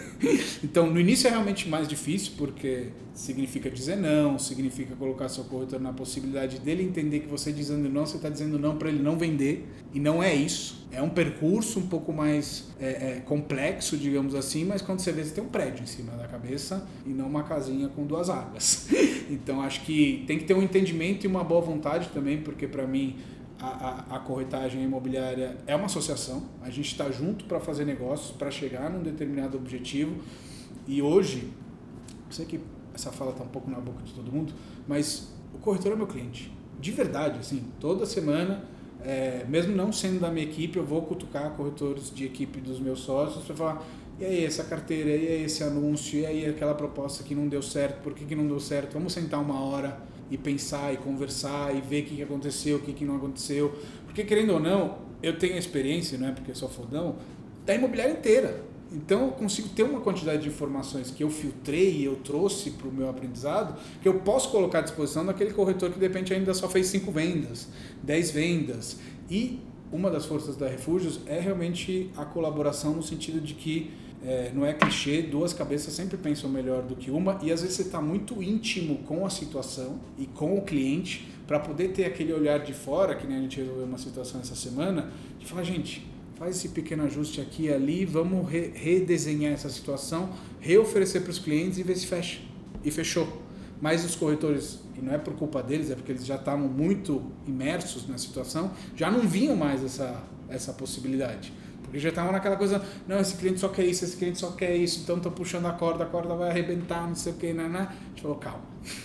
Então, no início é realmente mais difícil, porque significa dizer não, significa colocar seu corretor na possibilidade dele entender que você dizendo não, você está dizendo não para ele não vender, e não é isso. É um percurso um pouco mais é, é, complexo, digamos assim, mas quando você vê, você tem um prédio em cima da cabeça e não uma casinha com duas águas. Então, acho que tem que ter um entendimento e uma boa vontade também, porque para mim, A, a, a corretagem imobiliária é uma associação, a gente está junto para fazer negócios, para chegar num determinado objetivo, e hoje, eu sei que essa fala está um pouco na boca de todo mundo, mas o corretor é meu cliente. De verdade, assim, toda semana, é, mesmo não sendo da minha equipe, eu vou cutucar corretores de equipe dos meus sócios para falar, e aí essa carteira, e aí esse anúncio, e aí aquela proposta que não deu certo, por que, que não deu certo? Vamos sentar uma hora e pensar e conversar e ver o que, que aconteceu, o que, que não aconteceu. Porque, querendo ou não, eu tenho a experiência, não é porque eu sou fodão, da imobiliária inteira. Então eu consigo ter uma quantidade de informações que eu filtrei e eu trouxe para o meu aprendizado, que eu posso colocar à disposição daquele corretor que de repente ainda só fez cinco vendas, dez vendas. E uma das forças da Refúgios é realmente a colaboração no sentido de que é, não é clichê, duas cabeças sempre pensam melhor do que uma, e às vezes você está muito íntimo com a situação e com o cliente para poder ter aquele olhar de fora, que nem a gente resolveu uma situação essa semana, de falar, gente, faz esse pequeno ajuste aqui e ali, vamos re- redesenhar essa situação, reoferecer para os clientes e ver se fecha. E fechou. Mas os corretores, e não é por culpa deles, é porque eles já estavam muito imersos na situação, já não vinham mais essa, essa possibilidade. Porque já estavam naquela coisa, não, esse cliente só quer isso, esse cliente só quer isso, então estou puxando a corda, a corda vai arrebentar, não sei o que, né, né? A gente falou, calma,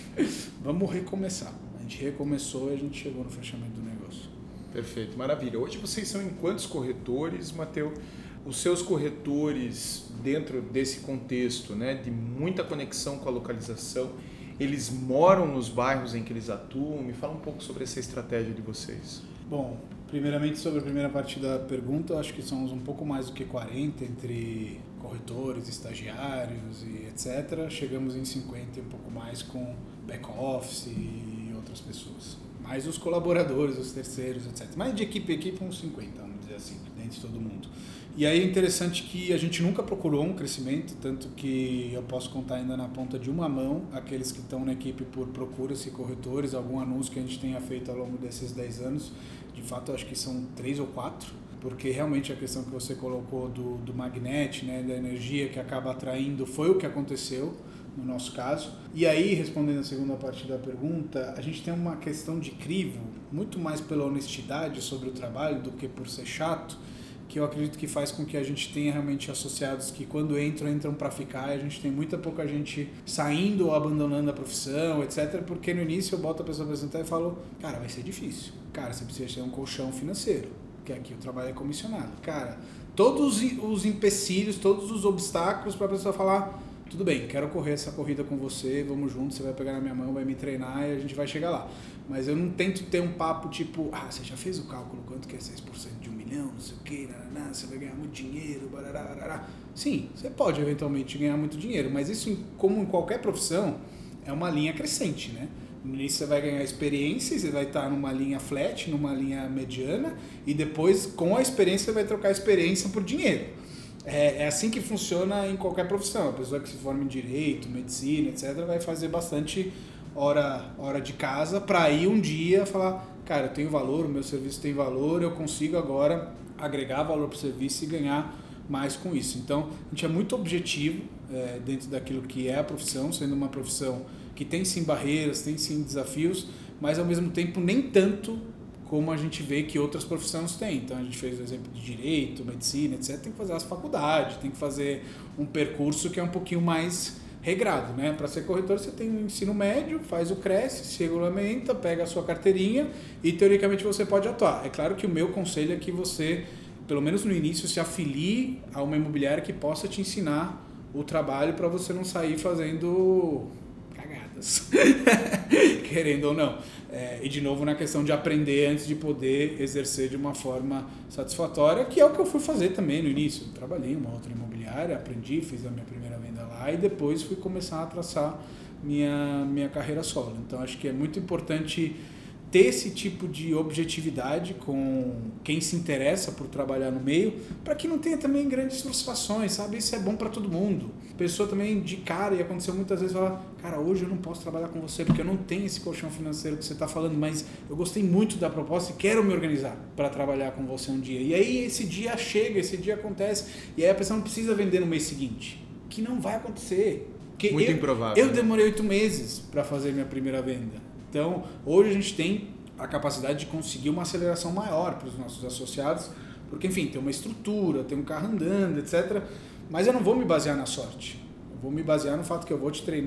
vamos recomeçar. A gente recomeçou e a gente chegou no fechamento do negócio. Perfeito, maravilha. Hoje vocês são em quantos corretores, Matheus? Os seus corretores, dentro desse contexto, né, de muita conexão com a localização, eles moram nos bairros em que eles atuam? Me fala um pouco sobre essa estratégia de vocês. Bom, primeiramente sobre a primeira parte da pergunta, acho que somos um pouco mais do que quarenta entre corretores, estagiários e etcétera. Chegamos em cinquenta e um pouco mais com back-office e outras pessoas. Mais os colaboradores, os terceiros, etcétera. Mas de equipe a equipe, uns cinquenta, vamos dizer assim, dentro de todo mundo. E aí é interessante que a gente nunca procurou um crescimento, tanto que eu posso contar ainda na ponta de uma mão aqueles que estão na equipe por procuras e corretores, algum anúncio que a gente tenha feito ao longo desses dez anos. De fato, eu acho que são três ou quatro, porque realmente a questão que você colocou do, do magnet, né, da energia que acaba atraindo, foi o que aconteceu no nosso caso. E aí, respondendo a segunda parte da pergunta, a gente tem uma questão de crivo, muito mais pela honestidade sobre o trabalho do que por ser chato, que eu acredito que faz com que a gente tenha realmente associados que quando entram, entram para ficar, e a gente tem muita pouca gente saindo ou abandonando a profissão, etcétera. Porque no início eu boto a pessoa para sentar e falo, cara, vai ser difícil. Cara, você precisa ter um colchão financeiro, que aqui o trabalho é comissionado. Cara, todos os empecilhos, todos os obstáculos para a pessoa falar, tudo bem, quero correr essa corrida com você, vamos juntos, você vai pegar na minha mão, vai me treinar e a gente vai chegar lá. Mas eu não tento ter um papo tipo, ah, você já fez o cálculo, quanto que é seis por cento de um milhão, não sei o que, nananá, você vai ganhar muito dinheiro, barará, barará. Sim, você pode eventualmente ganhar muito dinheiro, mas isso, como em qualquer profissão, é uma linha crescente, né? No início você vai ganhar experiência, você vai estar numa linha flat, numa linha mediana, e depois, com a experiência, você vai trocar a experiência por dinheiro. É, é assim que funciona em qualquer profissão. A pessoa que se forma em direito, medicina, etcétera, vai fazer bastante hora, hora de casa para ir um dia falar, cara, eu tenho valor, o meu serviço tem valor, eu consigo agora agregar valor para o serviço e ganhar mais com isso. Então, a gente é muito objetivo é, dentro daquilo que é a profissão, sendo uma profissão que tem sim barreiras, tem sim desafios, mas ao mesmo tempo nem tanto como a gente vê que outras profissões têm. Então a gente fez o exemplo de direito, medicina, etcétera. Tem que fazer as faculdades, tem que fazer um percurso que é um pouquinho mais regrado, né? Para ser corretor você tem o ensino médio, faz o CRESSE, se regulamenta, pega a sua carteirinha e teoricamente você pode atuar. É claro que o meu conselho é que você, pelo menos no início, se afilie a uma imobiliária que possa te ensinar o trabalho para você não sair fazendo cagadas, querendo ou não. É, e de novo na questão de aprender antes de poder exercer de uma forma satisfatória, que é o que eu fui fazer também no início. Eu trabalhei em uma outra imobiliária, aprendi, fiz a minha primeira venda lá e depois fui começar a traçar minha, minha carreira solo. Então acho que é muito importante ter esse tipo de objetividade com quem se interessa por trabalhar no meio, para que não tenha também grandes frustrações, sabe? Isso é bom para todo mundo. A pessoa também de cara, e aconteceu muitas vezes, fala, cara, hoje eu não posso trabalhar com você porque eu não tenho esse colchão financeiro que você está falando, mas eu gostei muito da proposta e quero me organizar para trabalhar com você um dia. E aí esse dia chega, esse dia acontece, e aí a pessoa não precisa vender no mês seguinte, que não vai acontecer. Porque muito eu, improvável. Eu demorei oito meses para fazer minha primeira venda. Então, hoje a gente tem a capacidade de conseguir uma aceleração maior para os nossos associados, porque, enfim, tem uma estrutura, tem um carro andando, etcétera. Mas eu não vou me basear na sorte. Eu vou me basear no fato que eu vou te treinar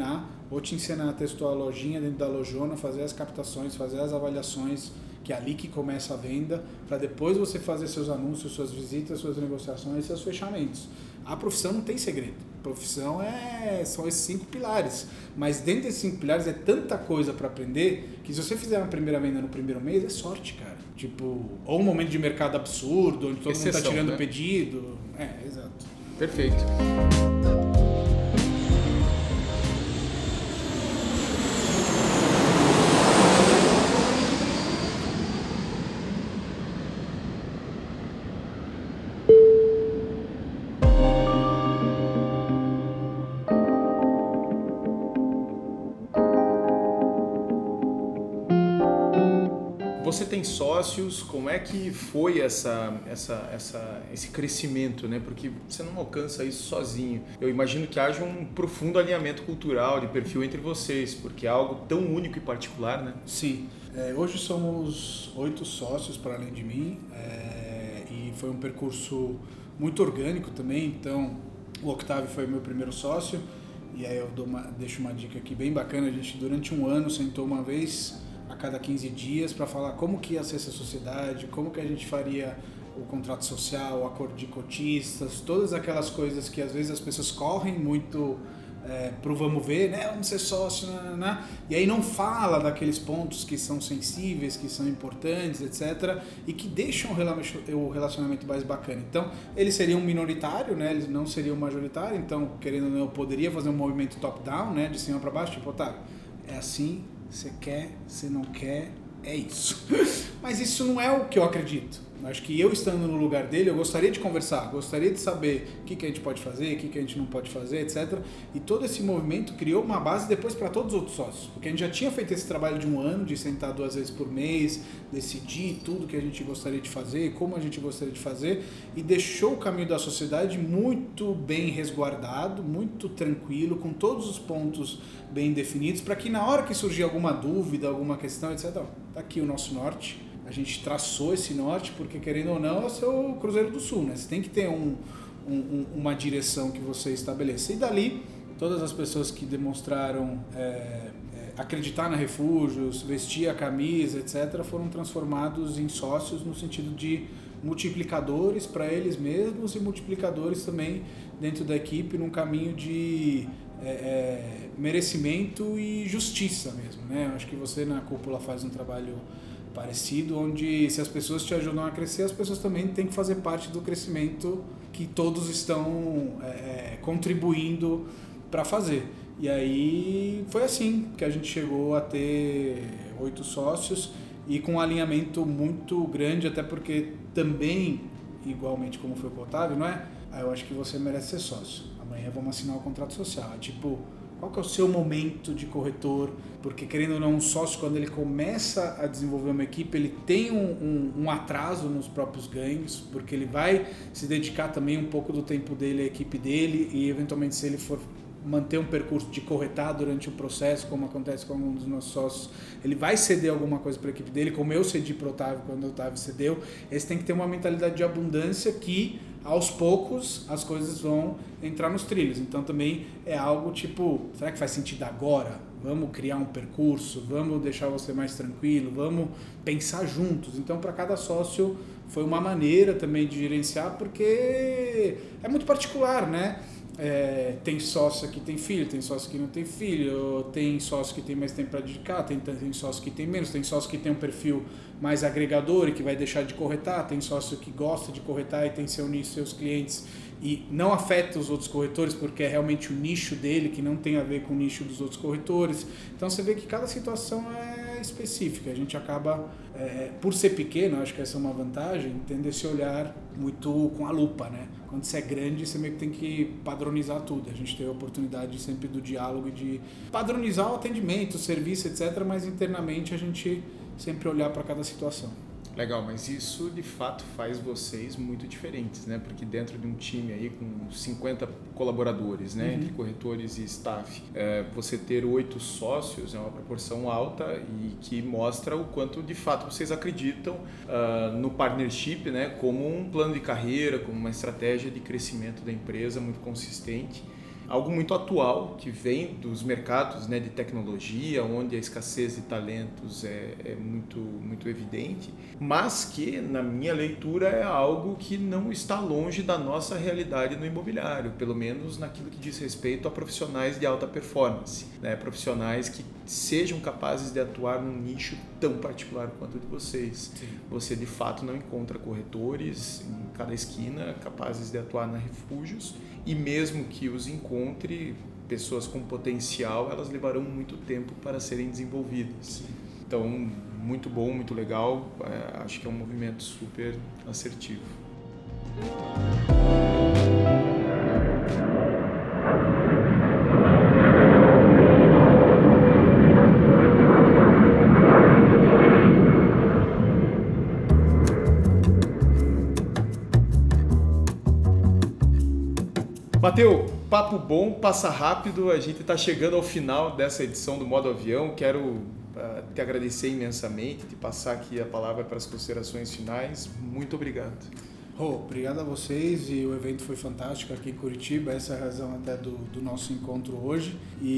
vou te ensinar a ter sua lojinha dentro da lojona, fazer as captações, fazer as avaliações, que é ali que começa a venda, para depois você fazer seus anúncios, suas visitas, suas negociações, seus fechamentos. A profissão não tem segredo. A profissão é, são esses cinco pilares. Mas dentro desses cinco pilares é tanta coisa para aprender que se você fizer uma primeira venda no primeiro mês, é sorte, cara. Tipo, ou um momento de mercado absurdo, onde todo Exceção, mundo tá tirando né? pedido. É, exato. Perfeito. Você tem sócios, como é que foi essa, essa, essa, esse crescimento, né? Porque você não alcança isso sozinho. Eu imagino que haja um profundo alinhamento cultural, de perfil entre vocês, porque é algo tão único e particular, né? Sim. É, hoje somos oito sócios para além de mim, é, e foi um percurso muito orgânico também. Então, o Octávio foi meu primeiro sócio, e aí eu dou uma, deixo uma dica aqui bem bacana. A gente, durante um ano, sentou uma vez a cada quinze dias para falar como que ia ser essa sociedade, como que a gente faria o contrato social, o acordo de cotistas, todas aquelas coisas que às vezes as pessoas correm muito é, pro vamos ver, né, vamos ser sócio, né, né, e aí não fala daqueles pontos que são sensíveis, que são importantes, etcétera, e que deixam o relacionamento mais bacana. Então, eles seriam minoritário, né, eles não seriam majoritário, então, querendo ou não, eu poderia fazer um movimento top-down, né, de cima para baixo, tipo, tá, é assim, você quer, você não quer, é isso. Mas isso não é o que eu acredito. Acho que eu estando no lugar dele, eu gostaria de conversar, gostaria de saber o que, que a gente pode fazer, o que, que a gente não pode fazer, etcétera. E todo esse movimento criou uma base depois para todos os outros sócios. Porque a gente já tinha feito esse trabalho de um ano, de sentar duas vezes por mês, decidir tudo que a gente gostaria de fazer, como a gente gostaria de fazer, e deixou o caminho da sociedade muito bem resguardado, muito tranquilo, com todos os pontos bem definidos, para que na hora que surgir alguma dúvida, alguma questão, etcétera, tá aqui o nosso norte. A gente traçou esse norte porque, querendo ou não, é o seu Cruzeiro do Sul, né? Você tem que ter um, um, uma direção que você estabeleça. E dali, todas as pessoas que demonstraram é, é, acreditar na Refúgios, vestir a camisa, etcétera, foram transformados em sócios no sentido de multiplicadores para eles mesmos e multiplicadores também dentro da equipe, num caminho de é, é, merecimento e justiça mesmo, né? Eu acho que você na cúpula faz um trabalho parecido, onde se as pessoas te ajudam a crescer, as pessoas também têm que fazer parte do crescimento que todos estão é, contribuindo para fazer. E aí foi assim que a gente chegou a ter oito sócios e com um alinhamento muito grande, até porque também, igualmente como foi com o Otávio, não é? Ah, eu acho que você merece ser sócio. Amanhã vamos assinar o contrato social. É tipo, qual que é o seu momento de corretor? Porque, querendo ou não, um sócio, quando ele começa a desenvolver uma equipe, ele tem um, um, um atraso nos próprios ganhos, porque ele vai se dedicar também um pouco do tempo dele à equipe dele e, eventualmente, se ele for manter um percurso de corretar durante o processo, como acontece com algum dos nossos sócios, ele vai ceder alguma coisa para a equipe dele, como eu cedi para o Otávio quando o Otávio cedeu. Esse tem que ter uma mentalidade de abundância que, aos poucos, as coisas vão entrar nos trilhos. Então também é algo tipo, será que faz sentido agora? Vamos criar um percurso, vamos deixar você mais tranquilo, vamos pensar juntos. Então, para cada sócio foi uma maneira também de gerenciar, porque é muito particular, né? É, tem sócio que tem filho, tem sócio que não tem filho, tem sócio que tem mais tempo para dedicar, tem, tem sócio que tem menos, tem sócio que tem um perfil mais agregador e que vai deixar de corretar, tem sócio que gosta de corretar e tem seu nicho, seus clientes e não afeta os outros corretores porque é realmente o nicho dele que não tem a ver com o nicho dos outros corretores. Então você vê que cada situação é específica, a gente acaba, é, por ser pequeno, acho que essa é uma vantagem, tendo esse olhar muito com a lupa, né? Quando você é grande, você meio que tem que padronizar tudo. A gente tem a oportunidade sempre do diálogo e de padronizar o atendimento, o serviço, etcétera, mas internamente a gente sempre olhar para cada situação. Legal, mas isso de fato faz vocês muito diferentes, né? Porque dentro de um time aí com cinquenta colaboradores, né? Uhum. Entre corretores e staff, é, você ter oito sócios é uma proporção alta e que mostra o quanto de fato vocês acreditam uh, no partnership, né? Como um plano de carreira, como uma estratégia de crescimento da empresa muito consistente. algo muito atual, que vem dos mercados, né, de tecnologia, onde a escassez de talentos é, é muito, muito evidente, mas que, na minha leitura, é algo que não está longe da nossa realidade no imobiliário, pelo menos naquilo que diz respeito a profissionais de alta performance, né, profissionais que sejam capazes de atuar num nicho tão particular quanto o de vocês. Sim. Você, de fato, não encontra corretores em cada esquina capazes de atuar na Refúgios, e mesmo que os encontre, pessoas com potencial, elas levarão muito tempo para serem desenvolvidas. Sim. Então, muito bom, muito legal, é, acho que é um movimento super assertivo. Mateu, papo bom, passa rápido, a gente está chegando ao final dessa edição do Modo Avião. Quero uh, te agradecer imensamente, te passar aqui a palavra para as considerações finais. Muito obrigado. Oh, obrigado a vocês, e o evento foi fantástico aqui em Curitiba, essa é a razão até do, do nosso encontro hoje.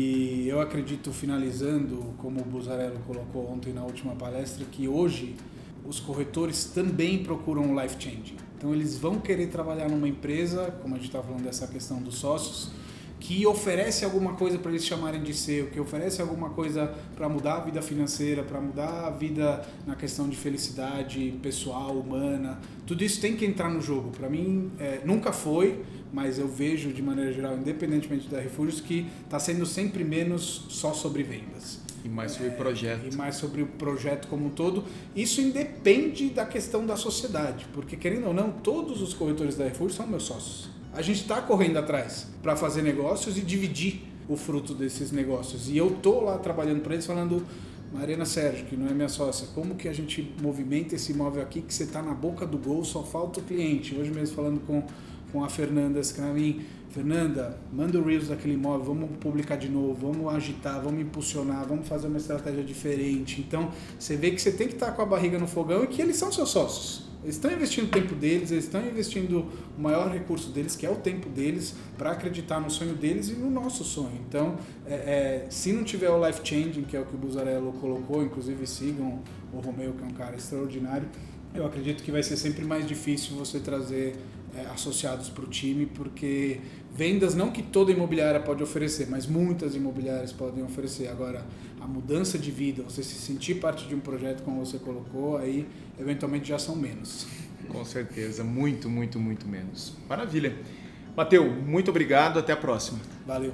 E eu acredito, finalizando, como o Buzzarello colocou ontem na última palestra, que hoje os corretores também procuram life changing. Então eles vão querer trabalhar numa empresa, como a gente está falando dessa questão dos sócios, que oferece alguma coisa para eles chamarem de seu, que oferece alguma coisa para mudar a vida financeira, para mudar a vida na questão de felicidade pessoal, humana. Tudo isso tem que entrar no jogo. Para mim, é, nunca foi, mas eu vejo de maneira geral, independentemente da Refúgios, que está sendo sempre menos só sobre vendas. E mais sobre o projeto. É, e mais sobre o projeto como um todo. Isso independe da questão da sociedade, porque, querendo ou não, todos os corretores da Refúgios são meus sócios. A gente está correndo atrás para fazer negócios e dividir o fruto desses negócios. E eu estou lá trabalhando para eles falando, Mariana Sérgio, que não é minha sócia, como que a gente movimenta esse imóvel aqui que você está na boca do gol, só falta o cliente. Hoje mesmo falando com, com a Fernanda Scramin, Fernanda, manda o Reels daquele imóvel, vamos publicar de novo, vamos agitar, vamos impulsionar, vamos fazer uma estratégia diferente. Então, você vê que você tem que estar com a barriga no fogão e que eles são seus sócios. Eles estão investindo o tempo deles, eles estão investindo o maior recurso deles, que é o tempo deles, para acreditar no sonho deles e no nosso sonho. Então, é, é, se não tiver o life changing, que é o que o Buzzarello colocou, inclusive sigam o Romeu, que é um cara extraordinário, eu acredito que vai ser sempre mais difícil você trazer é, associados para o time, porque vendas não que toda imobiliária pode oferecer, mas muitas imobiliárias podem oferecer. Agora, a mudança de vida, você se sentir parte de um projeto como você colocou, aí eventualmente já são menos. Com certeza, muito, muito, muito menos. Maravilha. Mateu, muito obrigado, até a próxima. Valeu.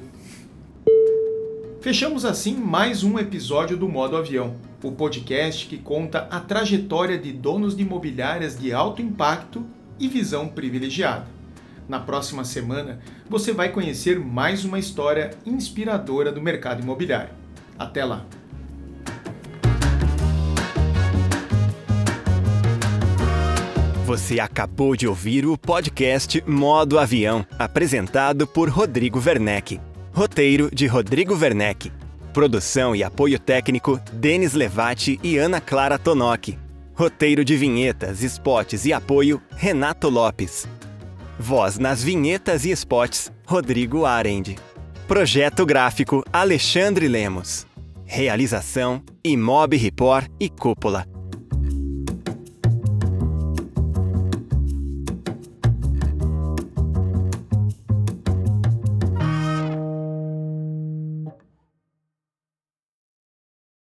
Fechamos assim mais um episódio do Modo Avião, o podcast que conta a trajetória de donos de imobiliárias de alto impacto e visão privilegiada. Na próxima semana, você vai conhecer mais uma história inspiradora do mercado imobiliário. Até lá! Você acabou de ouvir o podcast Modo Avião, apresentado por Rodrigo Werneck. Roteiro de Rodrigo Werneck. Produção e apoio técnico Denis Levati e Ana Clara Tonoc. Roteiro de vinhetas, spots e apoio Renato Lopes. Voz nas vinhetas e spots Rodrigo Arend. Projeto gráfico Alexandre Lemos. Realização Imob Report e Cúpula.